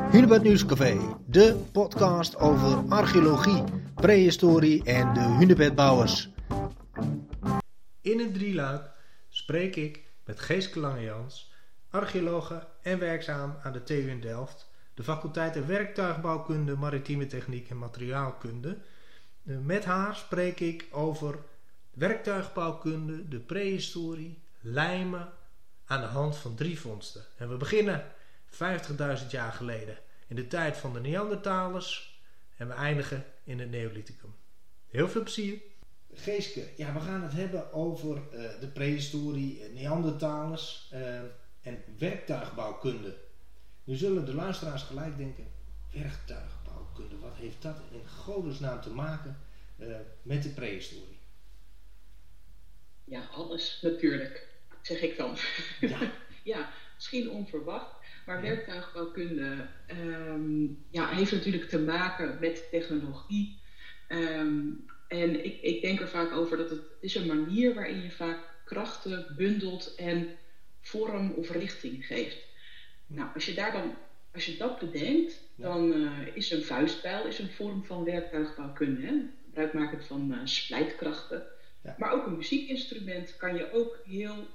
Hunebed Nieuwscafé, de podcast over archeologie, prehistorie en de hunebedbouwers. In het drieluik spreek ik met Geeske Langejans, archeologe en werkzaam aan de TU in Delft, de faculteiten werktuigbouwkunde, maritieme techniek en materiaalkunde. Met haar spreek ik over werktuigbouwkunde, de prehistorie, lijmen aan de hand van 3 vondsten. En we beginnen 50.000 jaar geleden in de tijd van de Neandertalers en we eindigen in het Neolithicum. Heel veel plezier. Geeske, ja, we gaan het hebben over de prehistorie, Neandertalers en werktuigbouwkunde. Nu zullen de luisteraars gelijk denken, werktuigbouwkunde, wat heeft dat in godesnaam te maken met de prehistorie? Ja, alles natuurlijk, zeg ik dan. Ja, ja, misschien onverwacht, maar werktuigbouwkunde heeft natuurlijk te maken met technologie. En ik denk er vaak over dat het is een manier waarin je vaak krachten bundelt en vorm of richting geeft. Nou, als je dat bedenkt, dan is een vuistpijl een vorm van werktuigbouwkunde. Hè? Gebruikmakend van splijtkrachten. Ja. Maar ook een muziekinstrument kan je ook heel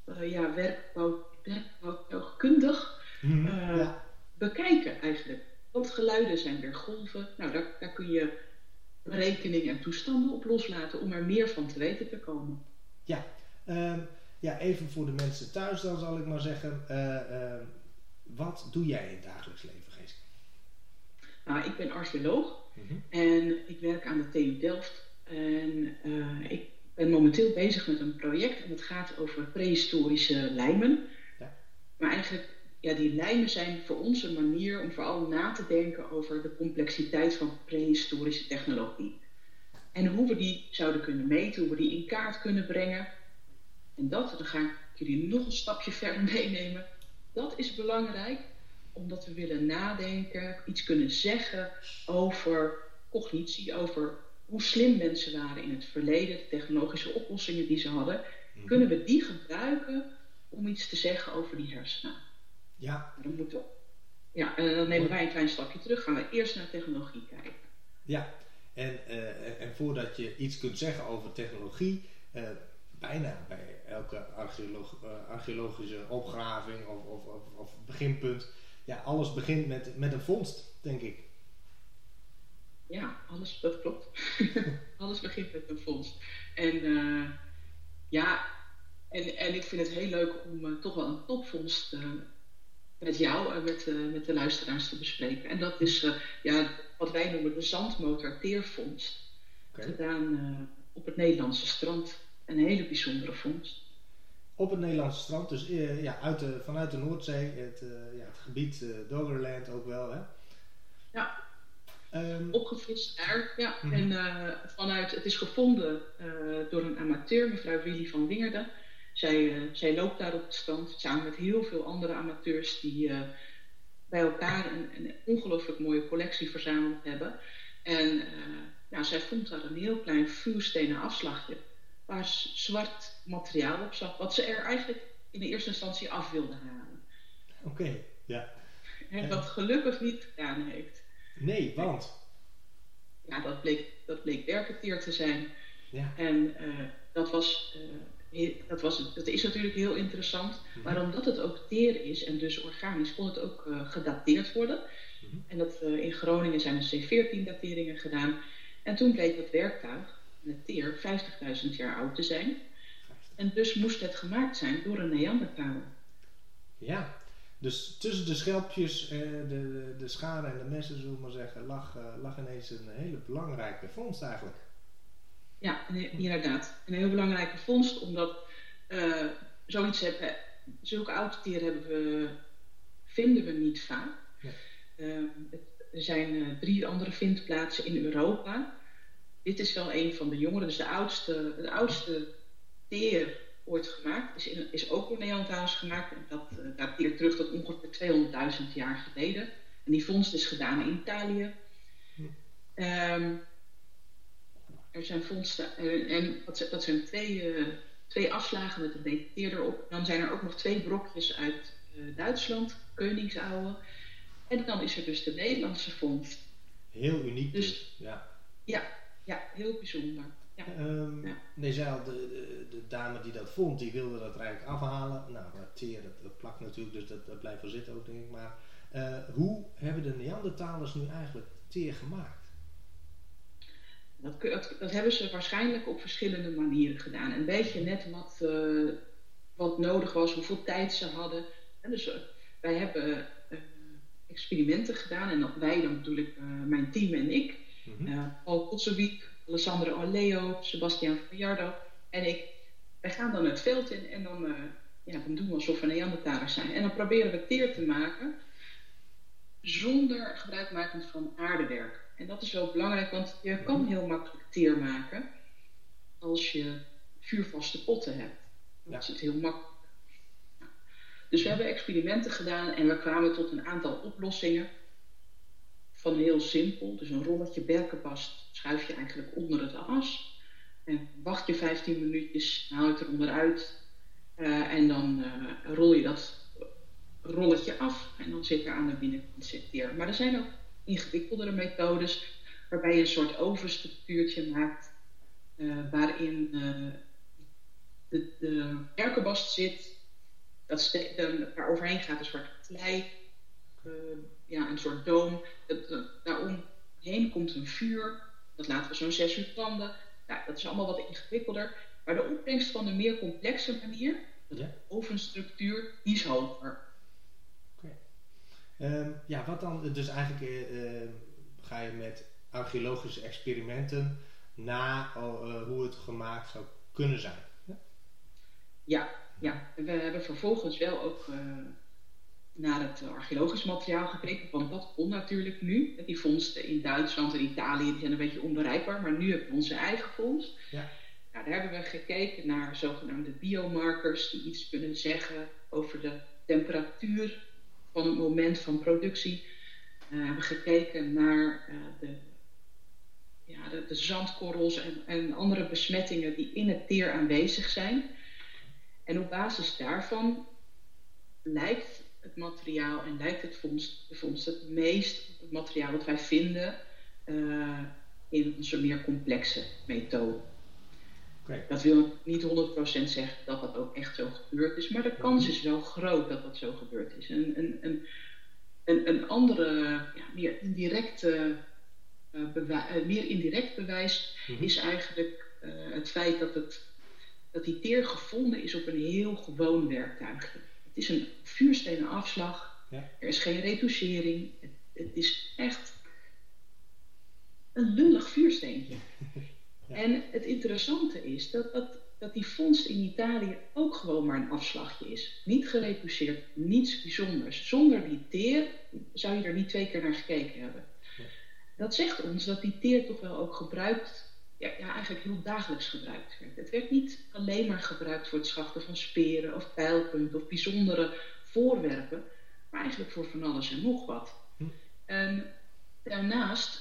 werkbouwkundig bekijken eigenlijk. Want geluiden zijn weer golven. Nou, daar kun je berekeningen en toestanden op loslaten om er meer van te weten te komen. Ja, even voor de mensen thuis dan zal ik maar zeggen. Wat doe jij in het dagelijks leven, Geeske? Nou, ik ben archeoloog en ik werk aan de TU Delft. En ik ben momenteel bezig met een project en het gaat over prehistorische lijmen. Ja. Maar eigenlijk, die lijmen zijn voor ons een manier om vooral na te denken over de complexiteit van prehistorische technologie. En hoe we die zouden kunnen meten, hoe we die in kaart kunnen brengen. En dan ga ik jullie nog een stapje verder meenemen. Dat is belangrijk, omdat we willen nadenken, iets kunnen zeggen over cognitie, over hoe slim mensen waren in het verleden, de technologische oplossingen die ze hadden. Kunnen we die gebruiken om iets te zeggen over die hersenen? Ja. En dan nemen wij een klein stapje terug, gaan we eerst naar technologie kijken. Ja, en voordat je iets kunt zeggen over technologie, bijna bij elke archeologische opgraving of beginpunt, alles begint met een vondst, denk ik. Ja, dat klopt. Alles begint met een vondst. En ik vind het heel leuk om toch wel een topvondst met jou en met de luisteraars te bespreken. En dat is wat wij noemen de zandmotor-teervondst. Okay. Gedaan op het Nederlandse strand. Een hele bijzondere vondst. Op het Nederlandse strand, dus vanuit de Noordzee, het gebied Doggerland ook wel, hè? Ja. Opgevist daar, ja. En het is gevonden door een amateur, mevrouw Willy van Wingerden. Zij loopt daar op het strand samen met heel veel andere amateurs die bij elkaar een ongelooflijk mooie collectie verzameld hebben. En zij vond daar een heel klein vuurstenen afslagje waar zwart materiaal op zat, wat ze er eigenlijk in de eerste instantie af wilde halen. Oké, ja. En dat gelukkig niet gedaan heeft. Nee, want? Ja, dat bleek werkenteer te zijn. Ja. En dat is natuurlijk heel interessant. Maar omdat het ook teer is en dus organisch, kon het ook gedateerd worden. En in Groningen zijn er C14-dateringen gedaan. En toen bleek dat werktuig, het teer, 50.000 jaar oud te zijn. En dus moest het gemaakt zijn door een Neandertaler. Ja. Dus tussen de schelpjes, de scharen en de messen, zullen we maar zeggen, lag ineens een hele belangrijke vondst eigenlijk. Ja, inderdaad. Een heel belangrijke vondst, omdat zulke oud teer vinden we niet vaak. Ja. Er zijn 3 andere vindplaatsen in Europa. Dit is wel een van de jongere, dus de oudste teer ooit gemaakt, is ook door Neandertalers gemaakt. En dat dateert terug tot ongeveer 200.000 jaar geleden. En die vondst is gedaan in Italië. Er zijn vondsten, dat zijn 2 afslagen met een dateer erop. Dan zijn er ook nog 2 brokjes uit Duitsland, Koningsoude. En dan is er dus de Nederlandse vondst. Heel uniek dus. Ja, heel bijzonder. Ja. Nee, zei al, de dame die dat vond, die wilde dat er eigenlijk afhalen. Nou, teer, dat plakt natuurlijk, dus dat blijft wel zitten ook, denk ik. Maar hoe hebben de Neandertalers nu eigenlijk teer gemaakt? Dat hebben ze waarschijnlijk op verschillende manieren gedaan. Een beetje net wat nodig was, hoeveel tijd ze hadden. En dus wij hebben experimenten gedaan. En wij dan bedoel ik mijn team en ik. Paul Kotzewiek, Alessandro Aleo, Sebastian Fajardo en ik. Wij gaan dan het veld in en dan doen we alsof we Neandertalers zijn. En dan proberen we teer te maken zonder gebruikmakend van aardewerk. En dat is wel belangrijk, want je kan heel makkelijk teer maken als je vuurvaste potten hebt. Dat is het heel makkelijk. Dus we hebben experimenten gedaan en we kwamen tot een aantal oplossingen. Van heel simpel, dus een rolletje berkenbast schuif je eigenlijk onder het as. En wacht je 15 minuutjes, haal je het er onderuit. En dan rol je dat rolletje af en dan zit er aan de binnenkant teer. Maar er zijn ook ingewikkeldere methodes waarbij je een soort ovenstructuurtje maakt waarin de berkenbast zit. Daar overheen gaat een soort klei, een soort doom. Daaromheen komt een vuur. Dat laten we zo'n 6 uur branden. Nou, dat is allemaal wat ingewikkelder. Maar de opbrengst van de meer complexe manier, de ovenstructuur, die is hoger. Wat dan? Dus eigenlijk ga je met archeologische experimenten na hoe het gemaakt zou kunnen zijn. Ja. We hebben vervolgens wel ook naar het archeologisch materiaal gekeken, want dat kon natuurlijk nu. Die vondsten in Duitsland en Italië die zijn een beetje onbereikbaar, maar nu hebben we onze eigen vondst. Ja. Nou, daar hebben we gekeken naar zogenaamde biomarkers die iets kunnen zeggen over de temperatuur van het moment van productie. We hebben gekeken naar de zandkorrels en andere besmettingen die in het teer aanwezig zijn. En op basis daarvan lijkt het materiaal en lijkt de vondst het meest op het materiaal dat wij vinden in onze meer complexe methode. Okay. Dat wil niet 100% zeggen dat dat ook echt zo gebeurd is, maar de kans is wel groot dat dat zo gebeurd is. Een andere, meer indirect bewijs is eigenlijk het feit dat die teer gevonden is op een heel gewoon werktuigje. Het is een vuurstenen afslag, er is geen retouchering, het is echt een lullig vuursteentje. En het interessante is dat die vondst in Italië ook gewoon maar een afslagje is. Niet geretoucheerd, niets bijzonders. Zonder die teer zou je er niet 2 keer naar gekeken hebben. Ja. Dat zegt ons dat die teer toch wel ook gebruikt, eigenlijk heel dagelijks gebruikt werd. Het werd niet alleen maar gebruikt voor het schachten van speren of pijlpunten of bijzondere voorwerpen, maar eigenlijk voor van alles en nog wat. En daarnaast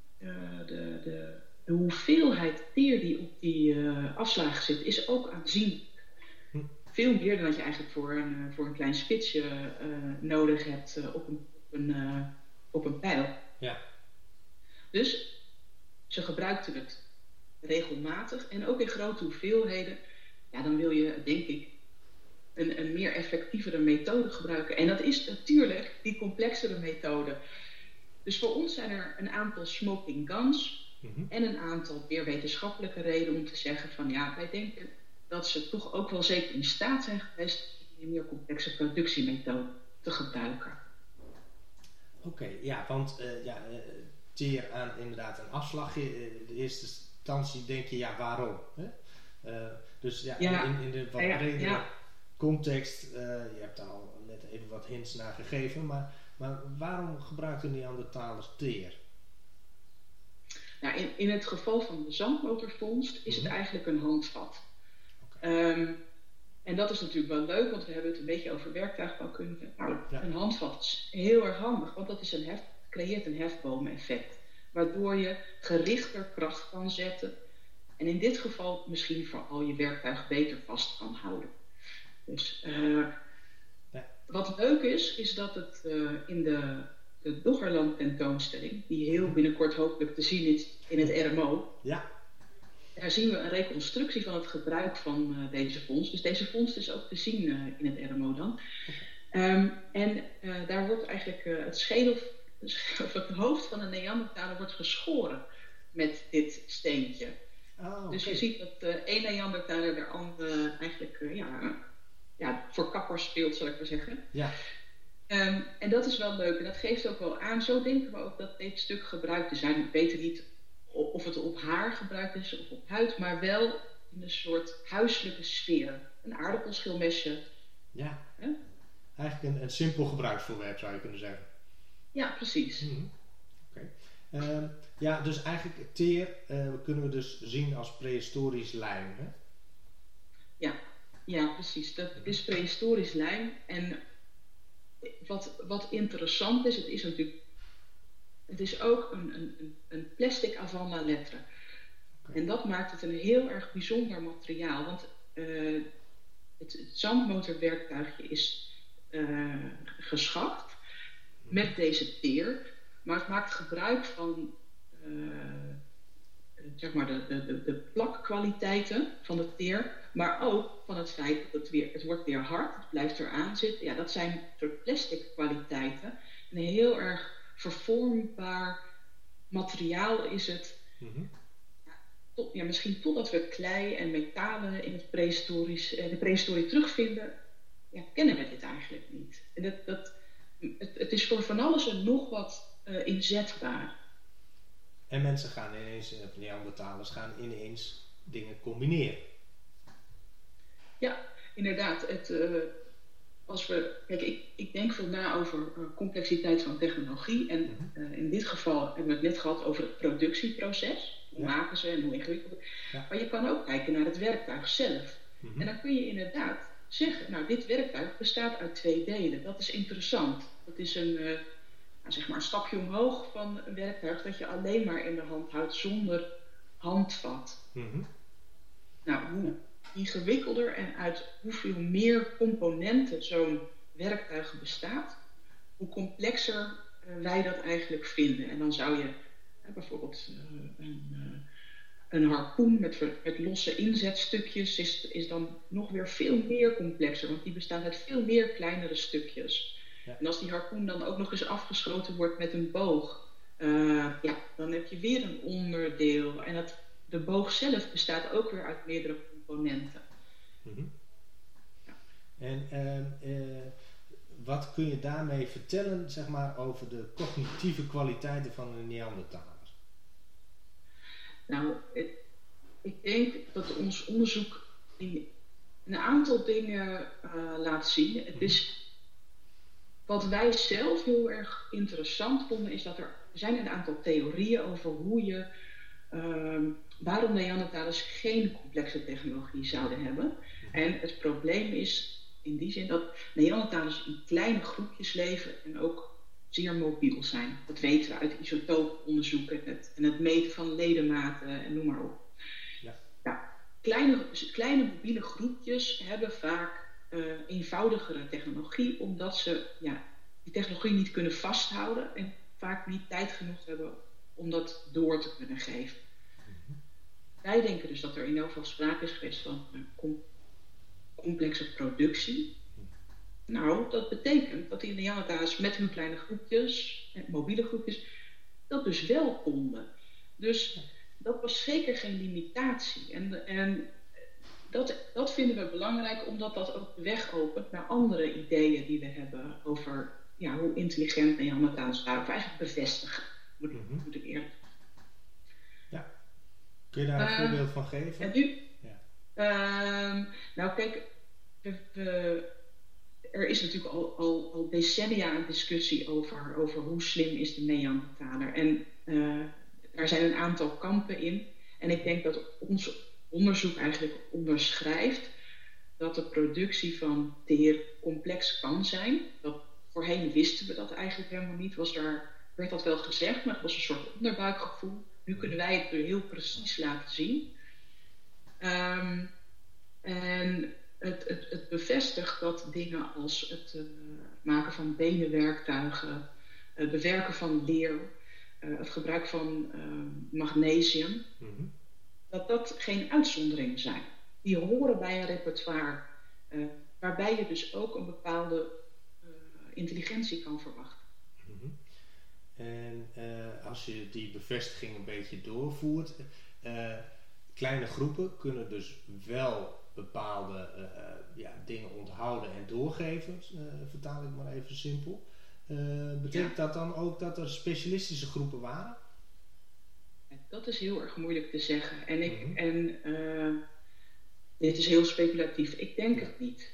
de hoeveelheid teer die op die afslagen zit, is ook aanzienlijk. Veel meer dan dat je eigenlijk voor een klein spitsje nodig hebt op een pijl. Ja. Dus ze gebruikten het regelmatig en ook in grote hoeveelheden. Ja, dan wil je, denk ik, een meer effectievere methode gebruiken. En dat is natuurlijk die complexere methode. Dus voor ons zijn er een aantal smoking guns en een aantal meer wetenschappelijke redenen om te zeggen van wij denken dat ze toch ook wel zeker in staat zijn geweest een meer complexe productiemethode te gebruiken. Oké, want teer aan inderdaad een afslagje. In de eerste instantie denk je, waarom? Hè? In de wat bredere context, je hebt daar al net even wat hints naar gegeven, maar waarom gebruikten Neandertalers teer? Nou, in het geval van de zandmotorvondst is het eigenlijk een handvat. Okay. En dat is natuurlijk wel leuk, want we hebben het een beetje over werktuigbouwkunde. Nou, een handvat is heel erg handig, want dat is creëert een hefboom-effect. Waardoor je gerichter kracht kan zetten. En in dit geval misschien vooral je werktuig beter vast kan houden. Dus wat leuk is dat het in de de Doggerland tentoonstelling, die heel binnenkort hopelijk te zien is in het RMO. Ja. Daar zien we een reconstructie van het gebruik van deze vondst. Dus deze vondst is ook te zien in het RMO dan. Daar wordt eigenlijk het schedel, of het hoofd van een Neandertaler wordt geschoren met dit steentje. Oh, okay. Dus je ziet dat één Neandertaler de andere eigenlijk voor kappers speelt, zal ik maar zeggen. Ja. En dat is wel leuk en dat geeft ook wel aan. Zo denken we ook dat dit stuk gebruikt is. We weten niet of het op haar gebruikt is of op huid, maar wel in een soort huiselijke sfeer. Een aardappelschilmesje. Ja. Eigenlijk een simpel gebruiksvoorwerp zou je kunnen zeggen. Ja, precies. Mm-hmm. Oké. Dus eigenlijk teer kunnen we dus zien als prehistorisch lijm, hè? Ja, precies. Dat is prehistorisch lijm. En wat interessant is, het is ook een plastic avant la lettre. Okay. En dat maakt het een heel erg bijzonder materiaal. Want het zandmotorwerktuigje is geschaft met deze teer. Maar het maakt gebruik van de plakkwaliteiten van de teer. Maar ook van het feit dat het wordt weer hard, het blijft eraan zitten. Ja, dat zijn soort plastic kwaliteiten. Een heel erg vervormbaar materiaal is het. Mm-hmm. Misschien totdat we klei en metalen in de prehistorie terugvinden, kennen we dit eigenlijk niet. En het is voor van alles en nog wat inzetbaar. En mensen gaan Neandertalers gaan ineens dingen combineren. Ja, inderdaad. Ik denk veel na over complexiteit van technologie. En in dit geval hebben we het net gehad over het productieproces. Hoe maken ze en hoe ingewikkeld. Ja. Maar je kan ook kijken naar het werktuig zelf. Mm-hmm. En dan kun je inderdaad zeggen, dit werktuig bestaat uit 2 delen. Dat is interessant. Dat is een stapje omhoog van een werktuig dat je alleen maar in de hand houdt zonder handvat. Mm-hmm. Hoe ingewikkelder en uit hoeveel meer componenten zo'n werktuig bestaat, hoe complexer wij dat eigenlijk vinden. En dan zou je bijvoorbeeld een harpoen met losse inzetstukjes is dan nog weer veel meer complexer, want die bestaat uit veel meer kleinere stukjes. Ja. En als die harpoen dan ook nog eens afgeschoten wordt met een boog, dan heb je weer een onderdeel. En de boog zelf bestaat ook weer uit meerdere componenten. Mm-hmm. Ja. En wat kun je daarmee vertellen, zeg maar, over de cognitieve kwaliteiten van een Neandertaler? Ik denk dat ons onderzoek een aantal dingen laat zien. Het is wat wij zelf heel erg interessant vonden, is dat er zijn een aantal theorieën over hoe je waarom Neandertalers geen complexe technologie zouden hebben. En het probleem is in die zin dat Neandertalers in kleine groepjes leven en ook zeer mobiel zijn. Dat weten we uit isotooponderzoeken en het meten van ledematen en noem maar op. Ja, kleine mobiele groepjes hebben vaak eenvoudigere technologie, omdat ze die technologie niet kunnen vasthouden en vaak niet tijd genoeg hebben om dat door te kunnen geven. Wij denken dus dat er in elk geval sprake is geweest van complexe productie. Dat betekent dat die Neandertalers met hun kleine groepjes, mobiele groepjes, dat dus wel konden. Dus dat was zeker geen limitatie. En dat vinden we belangrijk, omdat dat ook de weg opent naar andere ideeën die we hebben over hoe intelligent Neandertalers waren. Of eigenlijk bevestigen, moet ik eerlijk. Ja. Kun je daar een voorbeeld van geven? En nu? Ja. Kijk, er is natuurlijk al decennia een discussie over hoe slim is de Neandertaler. En daar zijn een aantal kampen in. En ik denk dat ons onderzoek eigenlijk onderschrijft dat de productie van teer complex kan zijn. Voorheen wisten we dat eigenlijk helemaal niet. Werd dat wel gezegd, maar het was een soort onderbuikgevoel. Nu kunnen wij het heel precies laten zien. En het bevestigt dat dingen als het maken van benenwerktuigen, het bewerken van leer, het gebruik van magnesium, dat geen uitzonderingen zijn. Die horen bij een repertoire waarbij je dus ook een bepaalde intelligentie kan verwachten. En als je die bevestiging een beetje doorvoert, kleine groepen kunnen dus wel bepaalde dingen onthouden en doorgeven, vertaal ik maar even simpel. Betekent dat dan ook dat er specialistische groepen waren? Dat is heel erg moeilijk te zeggen. Dit is heel speculatief. Ik denk het niet.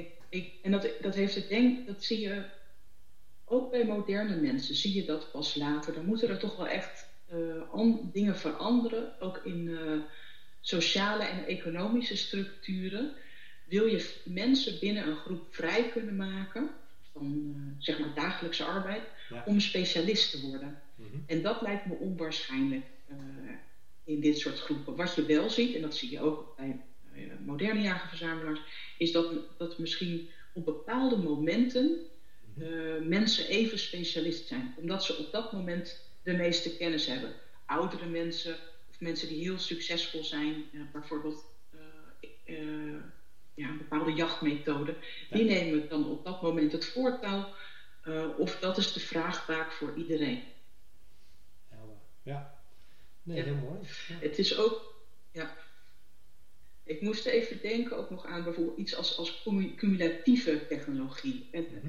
Dat zie je ook bij moderne mensen. Zie je dat pas later. Dan moeten er toch wel echt dingen veranderen. Ook in sociale en economische structuren. Wil je mensen binnen een groep vrij kunnen maken van zeg maar dagelijkse arbeid om specialist te worden. En dat lijkt me onwaarschijnlijk in dit soort groepen. Wat je wel ziet, en dat zie je ook bij moderne jagerverzamelaars, is dat misschien op bepaalde momenten mensen even specialist zijn. Omdat ze op dat moment de meeste kennis hebben. Oudere mensen of mensen die heel succesvol zijn, bijvoorbeeld een bepaalde jachtmethode, die nemen dan op dat moment het voortouw. Of dat is de vraag vaak voor iedereen. Ja, nee, heel mooi. Ja. Het is ook, ik moest even denken ook nog aan bijvoorbeeld iets als cumulatieve technologie.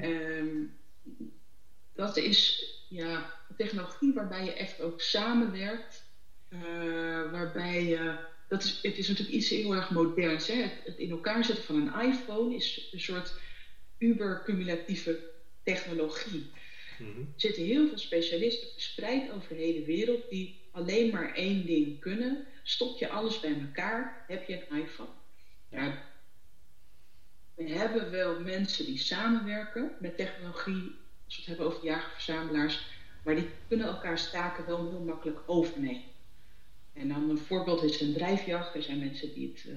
Dat is technologie waarbij je echt ook samenwerkt, het is natuurlijk iets heel erg moderns. Hè? Het in elkaar zetten van een iPhone is een soort uber-cumulatieve technologie. Er zitten heel veel specialisten verspreid over de hele wereld die alleen maar één ding kunnen. Stop je alles bij elkaar, heb je een iPhone. Ja, we hebben wel mensen die samenwerken met technologie, als we het hebben over jagerverzamelaars, maar die kunnen elkaars taken wel heel makkelijk overnemen. En dan een voorbeeld is een drijfjacht. Er zijn mensen die het...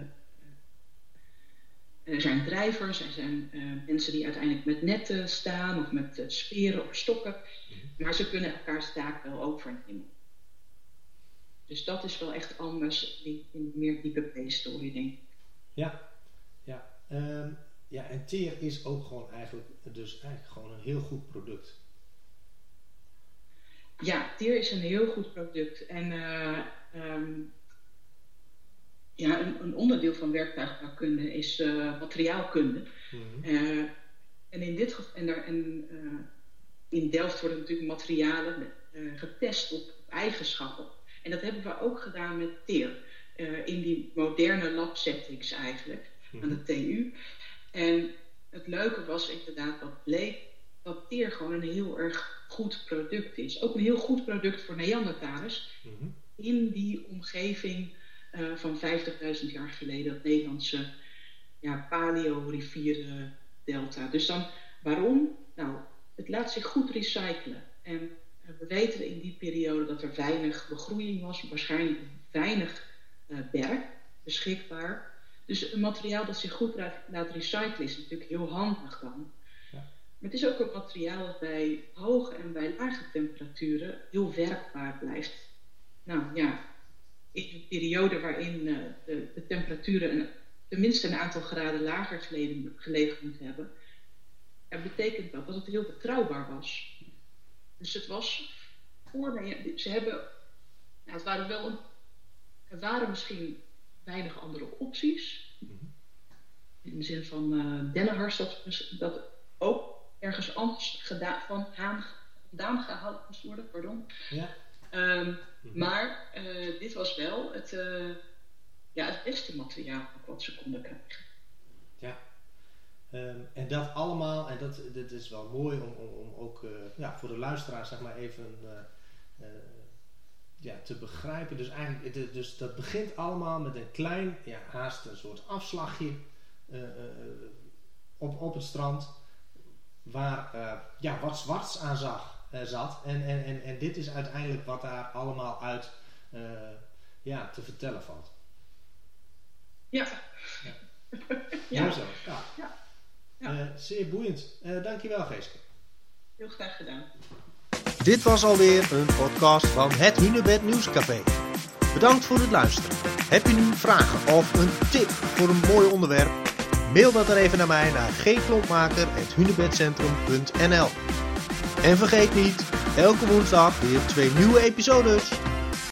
Er zijn drijvers, er zijn mensen die uiteindelijk met netten staan of met speren of stokken. Maar ze kunnen elkaars taak wel overnemen. Dus dat is wel echt anders in meer diepe prehistorie, denk ik. En teer is ook gewoon eigenlijk gewoon een heel goed product. Ja, teer is een heel goed product. En een onderdeel van werktuigbouwkunde is materiaalkunde. En in dit geval, in Delft worden natuurlijk materialen getest op eigenschappen. En dat hebben we ook gedaan met teer. In die moderne lab settings eigenlijk, aan de TU. En het leuke was inderdaad dat bleek dat teer gewoon een heel erg goed product is. Ook een heel goed product voor Neandertalers. In die omgeving van 50.000 jaar geleden, dat Nederlandse paleo-rivierendelta. Dus dan, waarom? Nou, het laat zich goed recyclen. En we weten in die periode dat er weinig begroeiing was, waarschijnlijk weinig berk beschikbaar. Dus een materiaal dat zich goed laat recyclen is natuurlijk heel handig dan. Maar het is ook een materiaal dat bij hoge en bij lage temperaturen heel werkbaar blijft. Nou ja, in een periode waarin de temperaturen tenminste een aantal graden lager gelegen moeten hebben, betekent dat het heel betrouwbaar was. Dus het was er waren misschien weinig andere opties. In de zin van dennenhars dat ook ergens anders vandaan gehaald moest worden. Pardon. Maar dit was wel het beste materiaal wat ze konden krijgen. Ja. En dat allemaal, en dat is wel mooi om ook voor de luisteraar zeg maar even te begrijpen. Dus eigenlijk, dus dat begint allemaal met een klein, haast een soort afslagje op het strand, waar wat zwarts aan zat. En dit is uiteindelijk wat daar allemaal uit te vertellen valt. Ja. Ja. Zo. Ja. Zeer boeiend. Dankjewel, Geeske. Heel graag gedaan. Dit was alweer een podcast van het Hunebed Nieuwscafé. Bedankt voor het luisteren. Heb je nu vragen of een tip voor een mooi onderwerp? Mail dat er even naar mij naar gklompmaker@hunebedcentrum.nl. En vergeet niet, elke woensdag weer 2 nieuwe episodes.